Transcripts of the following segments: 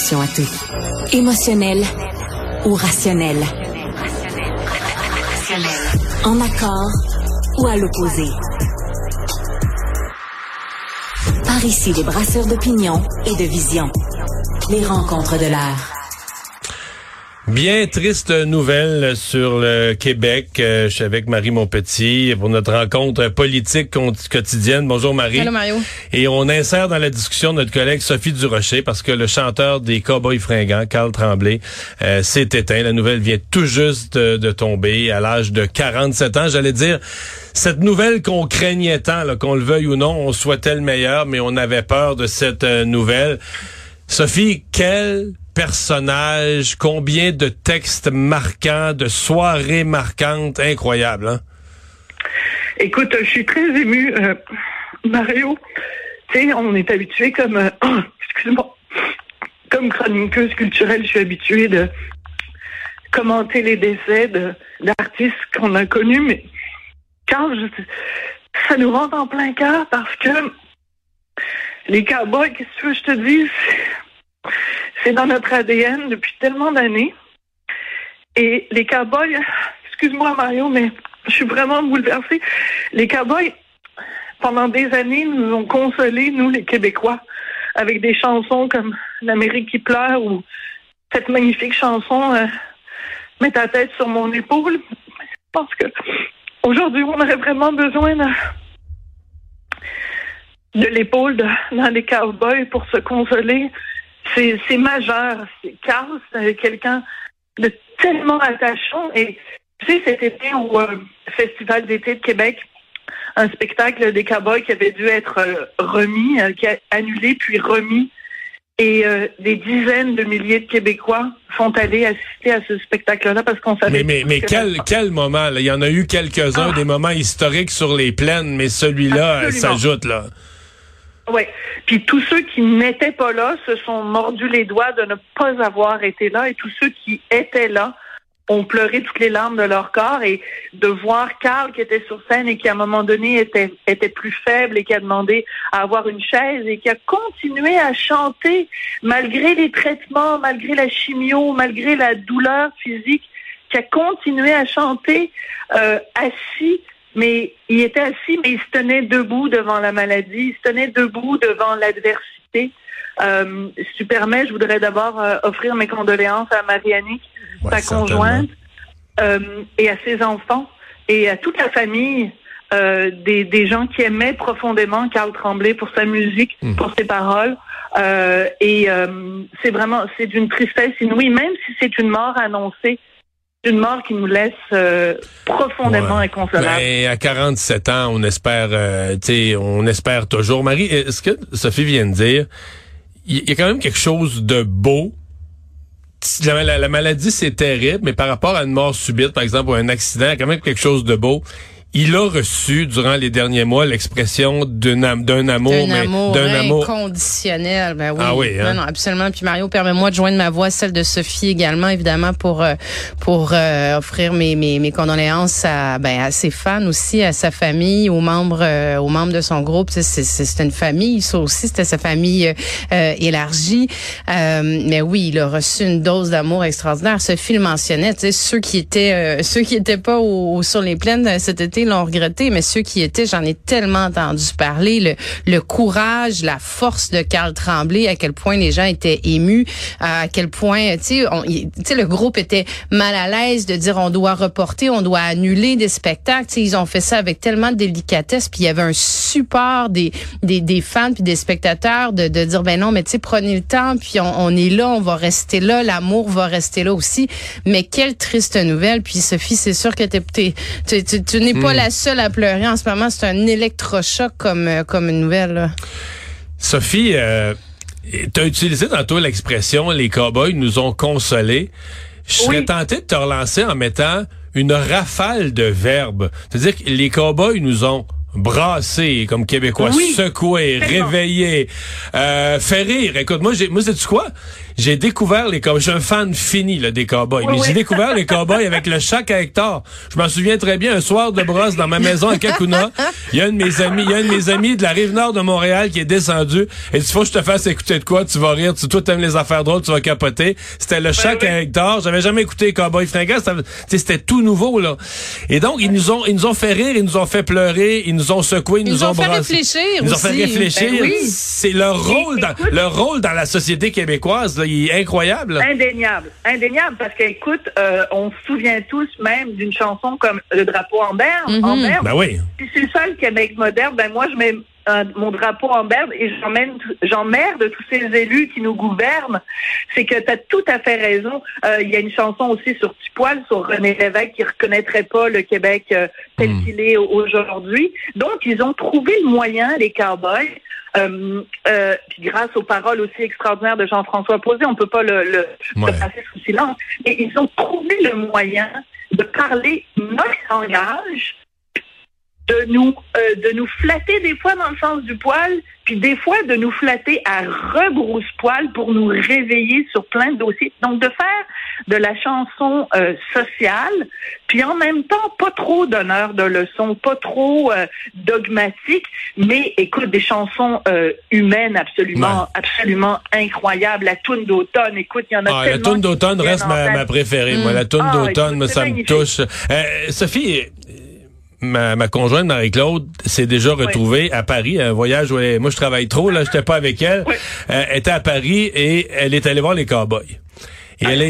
solution à tout. Émotionnelle ou rationnelle. En accord ou à l'opposé. Par ici, les brasseurs d'opinion et de vision. Les rencontres de l'heure. Bien triste nouvelle sur le Québec. Je suis avec Marie Montpetit pour notre rencontre politique quotidienne. Bonjour Marie. Allô Mario. Et on insère dans la discussion notre collègue Sophie Durocher parce que le chanteur des Cowboys fringants, Carl Tremblay, s'est éteint. La nouvelle vient tout juste de tomber à l'âge de 47 ans. J'allais dire, cette nouvelle qu'on craignait tant, là, qu'on le veuille ou non, on souhaitait le meilleur, mais on avait peur de cette nouvelle. Sophie, quel personnage, combien de textes marquants, de soirées marquantes, incroyables, hein? Écoute, je suis très émue, Mario. Tu sais, on est habitué comme, excuse-moi, comme chroniqueuse culturelle, je suis habituée de commenter les décès d'artistes qu'on a connus, mais ça nous rentre en plein cœur parce que les Cowboys, qu'est-ce que tu veux que je te dise? C'est dans notre ADN depuis tellement d'années. Et les Cowboys, excuse-moi Mario, mais je suis vraiment bouleversée. Les Cowboys, pendant des années, nous ont consolés, nous les Québécois, avec des chansons comme L'Amérique qui pleure ou cette magnifique chanson Mets ta tête sur mon épaule. Je pense que aujourd'hui, on aurait vraiment besoin de l'épaule dans les Cowboys pour se consoler. C'est majeur. Carl, c'est quelqu'un de tellement attachant. Et tu sais, cet été au Festival d'été de Québec, un spectacle des Cowboys qui avait dû être remis, qui a annulé puis remis. Et des dizaines de milliers de Québécois sont allés assister à ce spectacle-là parce qu'on savait... Mais quel moment, là? Il y en a eu quelques-uns, des moments historiques sur les plaines, mais celui-là s'ajoute, là. Oui. Puis tous ceux qui n'étaient pas là se sont mordus les doigts de ne pas avoir été là, et tous ceux qui étaient là ont pleuré toutes les larmes de leur corps, et de voir Carl qui était sur scène et qui à un moment donné était plus faible et qui a demandé à avoir une chaise et qui a continué à chanter malgré les traitements, malgré la chimio, malgré la douleur physique, qui a continué à chanter assis. Mais il était assis, mais il se tenait debout devant la maladie, il se tenait debout devant l'adversité. Si tu permets, je voudrais d'abord offrir mes condoléances à Marie-Annick, sa conjointe, et à ses enfants, et à toute la famille des gens qui aimaient profondément Carl Tremblay pour sa musique, pour ses paroles. C'est d'une tristesse inouïe, même si c'est une mort annoncée. Une mort qui nous laisse profondément inconsolable. Ben, à 47 ans, on espère toujours. Marie, ce que Sophie vient de dire, il y a quand même quelque chose de beau. La maladie, c'est terrible, mais par rapport à une mort subite, par exemple, ou un accident, il y a quand même quelque chose de beau. Il a reçu, durant les derniers mois, l'expression d'un amour inconditionnel. Ben oui. Ah oui, hein? Non, absolument. Puis Mario, permets-moi de joindre ma voix à celle de Sophie également, évidemment, pour offrir mes condoléances à ses fans aussi, à sa famille, aux membres de son groupe. C'est une famille, ça aussi, c'était sa famille élargie. Mais oui, il a reçu une dose d'amour extraordinaire. Sophie le mentionnait, ceux qui étaient pas sur les plaines cet été l'ont regretté, mais ceux qui étaient, j'en ai tellement entendu parler, le courage, la force de Carl Tremblay, à quel point les gens étaient émus, à quel point, le groupe était mal à l'aise de dire on doit reporter, on doit annuler des spectacles. Ils ont fait ça avec tellement de délicatesse, puis il y avait un support des fans puis des spectateurs de dire ben non, mais prenez le temps, puis on est là, on va rester là, l'amour va rester là aussi. Mais quelle triste nouvelle. Puis Sophie, c'est sûr que tu n'es pas la seule à pleurer en ce moment. C'est un électrochoc comme une nouvelle, là. Sophie, tu as utilisé tantôt l'expression « les Cowboys nous ont consolés ». Je serais tenté de te relancer en mettant une rafale de verbes. C'est-à-dire que les Cowboys nous ont brasser comme Québécois, secouer, réveiller, faire rire. Écoute, moi, sais-tu quoi? J'ai découvert les cowboys. Je suis un fan fini là, des cowboys. Mais j'ai découvert les cowboys avec le Chac à Hector. Je m'en souviens très bien, un soir de brosse dans ma maison à Kakuna. Il y a un de mes amis de la Rive-Nord de Montréal qui est descendu. Et il faut que je te fasse écouter de quoi? Tu vas rire. Toi, t'aimes les affaires drôles, tu vas capoter. C'était le Chac à Hector. J'avais jamais écouté les cowboys fringants. C'était tout nouveau, là. Et donc, ils nous ont fait rire, ils nous ont fait pleurer, ils nous ont secoué, ils nous ont brassé. Ils nous ont fait réfléchir. C'est leur rôle dans la société québécoise. Là, il est incroyable. Indéniable, parce qu'écoute, on se souvient tous même d'une chanson comme Le drapeau en berne. Ben oui. Puis c'est ça le Québec moderne. Ben moi, je mets mon drapeau en berne et j'emmerde tous ces élus qui nous gouvernent. C'est que tu as tout à fait raison. Il y a une chanson aussi sur Tipoil, sur René Lévesque, qui reconnaîtrait pas le Québec tel qu'il est aujourd'hui. Donc, ils ont trouvé le moyen, les cowboys, puis grâce aux paroles aussi extraordinaires de Jean-François Posé, on peut pas le passer sous silence. Et ils ont trouvé le moyen de parler notre langage, de nous flatter des fois dans le sens du poil, puis des fois de nous flatter à rebrousse-poil pour nous réveiller sur plein de dossiers. Donc de faire de la chanson sociale, puis en même temps pas trop donneur de leçons, pas trop dogmatique, mais écoute, des chansons humaines absolument incroyables. La toune d'automne, écoute, il y en a tellement. La toune d'automne reste ma préférée. Moi, la toune d'automne, écoute, ça me touche. Sophie, ma conjointe Marie-Claude s'est déjà retrouvée à Paris, un voyage où moi je travaille trop, là, j'étais pas avec elle. Elle était à Paris et elle est allée voir les cowboys. Et elle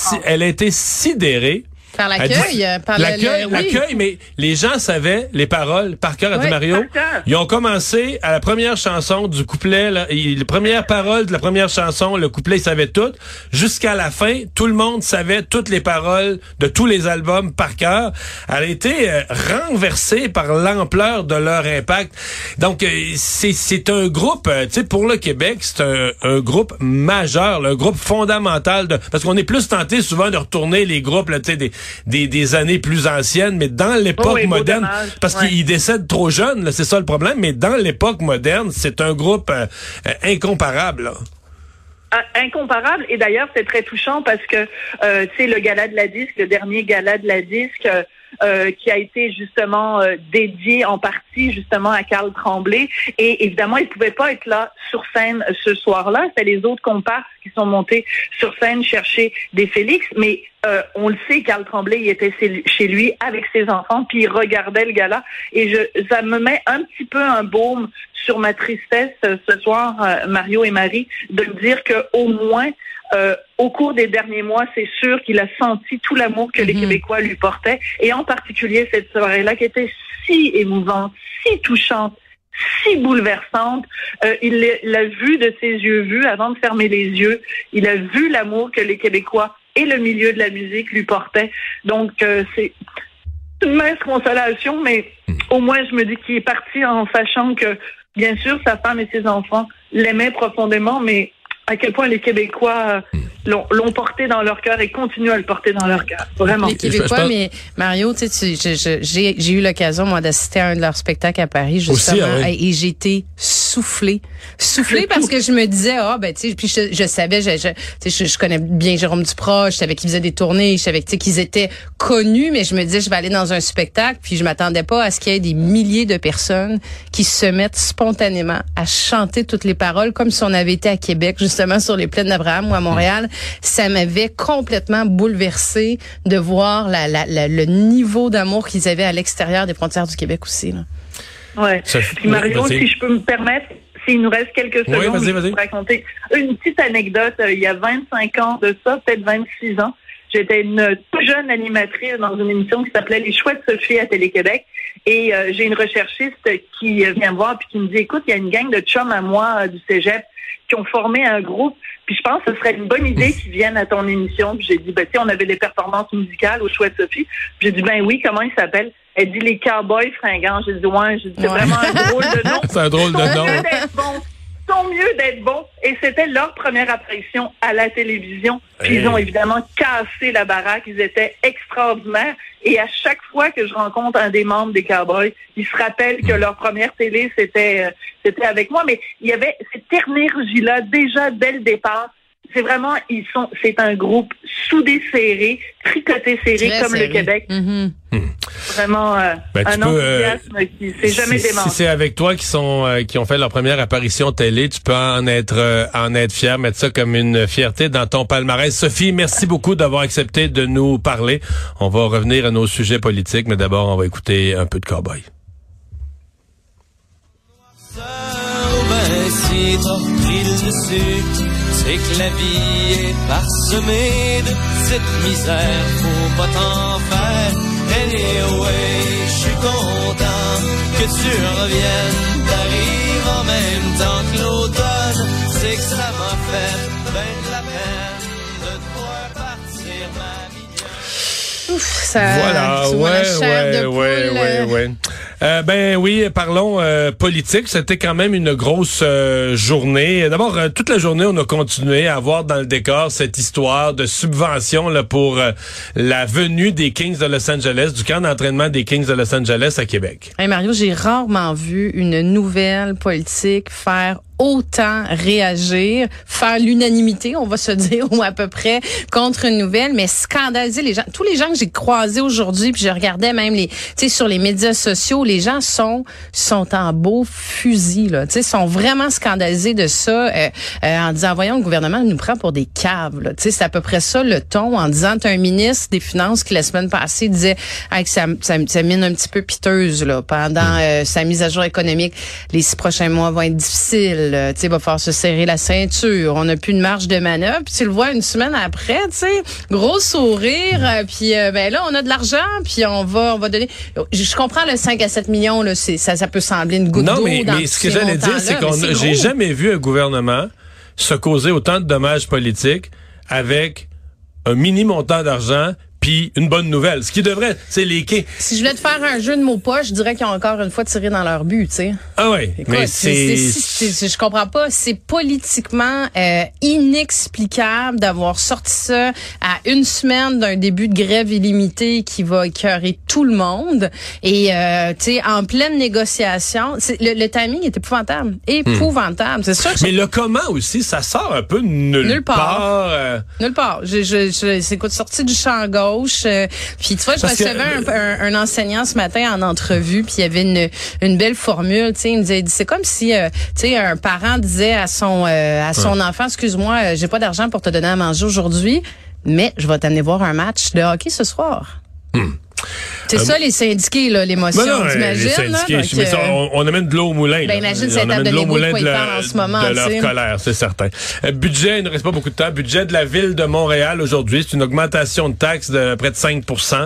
a été sidérée. Par l'accueil, l'accueil, mais les gens savaient les paroles par cœur. A dit Mario, ils ont commencé à la première chanson du couplet, là, les premières paroles de la première chanson, le couplet, ils savaient tout. Jusqu'à la fin, tout le monde savait toutes les paroles de tous les albums par cœur. Elle a été renversée par l'ampleur de leur impact. Donc, c'est un groupe, tu sais, pour le Québec, c'est un groupe majeur, un groupe fondamental, parce qu'on est plus tenté souvent de retourner les groupes, là, tu sais, des années plus anciennes, mais dans l'époque moderne, parce qu'ils décèdent trop jeunes, là, c'est ça le problème, mais dans l'époque moderne, c'est un groupe incomparable, là. Incomparable, et d'ailleurs c'est très touchant parce que tu sais, le gala de la disque, le dernier gala de la disque qui a été justement dédié en partie justement à Carl Tremblay, et évidemment il pouvait pas être là sur scène ce soir-là, c'est les autres comparses qui sont montés sur scène chercher des Félix, mais on le sait, Carl Tremblay, il était chez lui avec ses enfants, puis il regardait le gala, et ça me met un petit peu un baume sur ma tristesse ce soir, Mario et Marie, de me dire que au moins au cours des derniers mois, c'est sûr qu'il a senti tout l'amour que les Québécois lui portaient, et en particulier cette soirée-là qui était si émouvante, si touchante, si bouleversante. Il l'a vu de ses yeux vus avant de fermer les yeux. Il a vu l'amour que les Québécois et le milieu de la musique lui portaient. Donc, c'est une mince consolation, mais au moins, je me dis qu'il est parti en sachant que, bien sûr, sa femme et ses enfants l'aimaient profondément, mais à quel point les Québécois l'ont porté dans leur cœur et continuent à le porter dans leur cœur. Vraiment. Les Québécois, mais Mario, tu sais, j'ai eu l'occasion, moi, d'assister à un de leurs spectacles à Paris, justement, aussi, et j'ai été soufflée parce que je me disais, ben, tu sais, puis je savais, je connais bien Jérôme Duprat, je savais qu'il faisait des tournées, je savais, tu sais, qu'ils étaient connus, mais je me disais, je vais aller dans un spectacle, puis je m'attendais pas à ce qu'il y ait des milliers de personnes qui se mettent spontanément à chanter toutes les paroles, comme si on avait été à Québec, justement, sur les plaines d'Abraham ou à Montréal. Ça m'avait complètement bouleversée de voir le niveau d'amour qu'ils avaient à l'extérieur des frontières du Québec aussi, là. Ouais. Puis Mario, si je peux me permettre, s'il nous reste quelques secondes, je vais vous raconter une petite anecdote. Il y a 25 ans de ça, peut-être 26 ans, j'étais une toute jeune animatrice dans une émission qui s'appelait Les Choix de Sophie à Télé-Québec. Et j'ai une recherchiste qui vient me voir puis qui me dit, écoute, il y a une gang de chums à moi du cégep qui ont formé un groupe, puis je pense que ce serait une bonne idée qu'ils viennent à ton émission. Puis j'ai dit, ben tu sais, on avait des performances musicales au Choix de Sophie. Puis j'ai dit, ben oui, comment ils s'appellent? Elle dit les Cowboys fringants. J'ai dit, c'est vraiment un drôle de nom. C'est un drôle de nom. sont mieux d'être bons. Et c'était leur première apparition à la télévision. Puis ils ont évidemment cassé la baraque. Ils étaient extraordinaires. Et à chaque fois que je rencontre un des membres des Cowboys, ils se rappellent que leur première télé, c'était avec moi. Mais il y avait cette énergie-là déjà dès le départ. C'est vraiment, c'est un groupe soudé serré, tricoté serré, très comme serré. Le Québec. Mm-hmm. Vraiment un enthousiasme qui s'est jamais démenti. Si c'est avec toi qui ont fait leur première apparition télé, tu peux en être fier, mettre ça comme une fierté dans ton palmarès. Sophie, merci beaucoup d'avoir accepté de nous parler. On va revenir à nos sujets politiques, mais d'abord, on va écouter un peu de Cowboy. Si t'as pris le dessus, c'est que la vie est parsemée de petites misères, faut pas t'en faire. Anyway, je suis content que tu reviennes, t'arrives en même temps que l'automne, c'est que ça m'a fait ben de la peine de te voir partir ma vie. Ouf, ça ouais. Ben oui, parlons politique. C'était quand même une grosse journée. D'abord, toute la journée, on a continué à avoir dans le décor cette histoire de subvention là, pour la venue des Kings de Los Angeles, du camp d'entraînement des Kings de Los Angeles à Québec. Hey Mario, j'ai rarement vu une nouvelle politique faire autant réagir, faire l'unanimité, on va se dire, ou à peu près, contre une nouvelle, mais scandaliser les gens. Tous les gens que j'ai croisés aujourd'hui, puis je regardais même sur les médias sociaux, les gens sont en beau fusil, là. Tu sais, sont vraiment scandalisés de ça, en disant, voyons, le gouvernement nous prend pour des caves, là. Tu sais, c'est à peu près ça le ton, en disant, t'as un ministre des Finances qui, la semaine passée, disait, que ça mine un petit peu piteuse, là, pendant sa mise à jour économique. Les 6 prochains mois vont être difficiles. Tu sais, va falloir se serrer la ceinture. On n'a plus de marge de manœuvre. Puis tu le vois une semaine après, tu sais, gros sourire. Puis ben là, on a de l'argent. Puis on va donner. Je comprends le 5 à 7 millions. Là, ça peut sembler une goutte d'eau. Non, mais ce que j'allais dire, c'est j'ai jamais vu un gouvernement se causer autant de dommages politiques avec un mini montant d'argent. Puis une bonne nouvelle. Ce qui devrait, c'est les quais. Si je voulais te faire un jeu de mots poche, je dirais qu'ils ont encore une fois tiré dans leur but, tu sais. Ah oui, mais je comprends pas. C'est politiquement inexplicable d'avoir sorti ça à une semaine d'un début de grève illimitée qui va écœurer tout le monde. Et tu sais, en pleine négociation, le timing est épouvantable. Épouvantable, c'est sûr. Mais le comment aussi, ça sort un peu de nulle part. Nulle part. C'est sorti du champ gauche. Puis tu vois, je recevais un enseignant ce matin en entrevue, puis il y avait une belle formule, tu sais, il me disait, c'est comme si tu sais, un parent disait à son enfant, excuse-moi, j'ai pas d'argent pour te donner à manger aujourd'hui, mais je vais t'amener voir un match de hockey ce soir. C'est ça, les syndiqués, là, l'émotion, t'imagines? Les syndiqués, là, mais on amène de l'eau au moulin. Ben, imagine cette table de l'eau moulin de leur colère, c'est certain. Budget, il ne reste pas beaucoup de temps. Budget de la Ville de Montréal aujourd'hui, c'est une augmentation de taxes de près de 5%.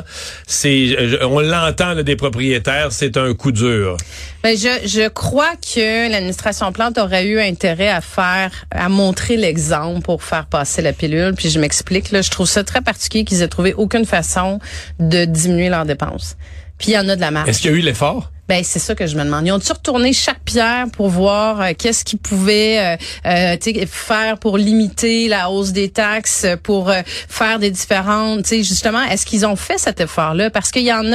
On l'entend là, des propriétaires, c'est un coup dur. Ben, je crois que l'administration Plante aurait eu intérêt à montrer l'exemple pour faire passer la pilule. Puis je m'explique, là, je trouve ça très particulier qu'ils aient trouvé aucune façon de diminuer leurs dépenses. Puis il y en a de la marge. Est-ce qu'il y a eu l'effort? Ben c'est ça que je me demande. Ils ont-tu retourné chaque pierre pour voir qu'est-ce qu'ils pouvaient faire pour limiter la hausse des taxes, pour faire des différentes, justement, est-ce qu'ils ont fait cet effort-là? Parce qu'il y en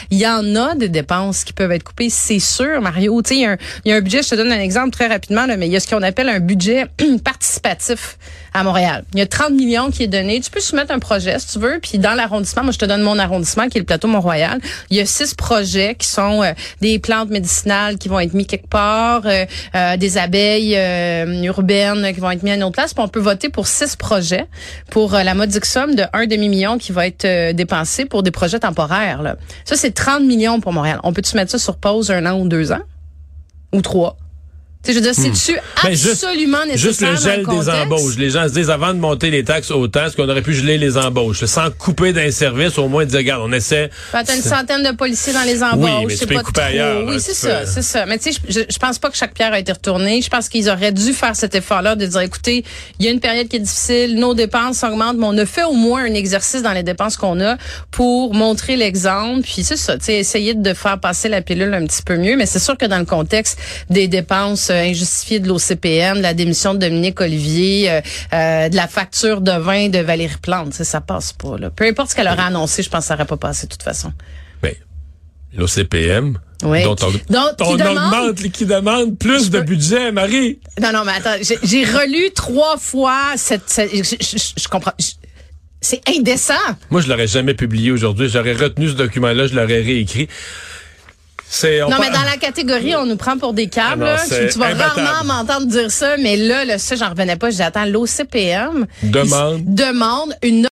a des dépenses qui peuvent être coupées, c'est sûr, Mario. Tu sais, il y a un budget, je te donne un exemple très rapidement, là, mais il y a ce qu'on appelle un budget participatif à Montréal. Il y a 30 millions qui est donné. Tu peux soumettre un projet si tu veux, puis dans l'arrondissement, moi je te donne mon arrondissement qui est le plateau Mont-Royal. Il y a 6 projets qui sont des plantes médicinales qui vont être mis quelque part, des abeilles urbaines qui vont être mis à une autre place. Puis on peut voter pour 6 projets pour la modique somme de 1 demi-million qui va être dépensé pour des projets temporaires. Là. Ça, c'est 30 millions pour Montréal. On peut-tu mettre ça sur pause 1 an ou 2 ans? Ou 3? Je veux dire, c'est-tu absolument nécessaire? Juste le gel des embauches. Les gens se disent, avant de monter les taxes autant, est-ce qu'on aurait pu geler les embauches? Sans couper d'un service, au moins dire, regarde, on essaie. T'as une centaine de policiers dans les embauches. Oui, mais tu peux couper ailleurs. Oui, c'est ça. Mais tu sais, je pense pas que chaque pierre a été retournée. Je pense qu'ils auraient dû faire cet effort-là de dire, écoutez, il y a une période qui est difficile, nos dépenses augmentent, mais on a fait au moins un exercice dans les dépenses qu'on a pour montrer l'exemple. Puis c'est ça, tu sais, essayer de faire passer la pilule un petit peu mieux. Mais c'est sûr que dans le contexte des dépenses injustifiée de l'OCPM, de la démission de Dominique Olivier, de la facture de vin de Valérie Plante. Ça passe pas, là. Peu importe ce qu'elle aurait annoncé, je pense que ça aurait pas passé de toute façon. Ben, l'OCPM, oui. dont qui demande plus de budget, Marie. Non, mais attends, j'ai relu 3 fois je comprends. C'est indécent. Moi, je l'aurais jamais publié aujourd'hui. J'aurais retenu ce document-là, je l'aurais réécrit. Mais dans la catégorie, on nous prend pour des câbles. Tu vas rarement m'entendre dire ça, mais là, ça, j'en revenais pas. J'ai attends, l'OCPM demande une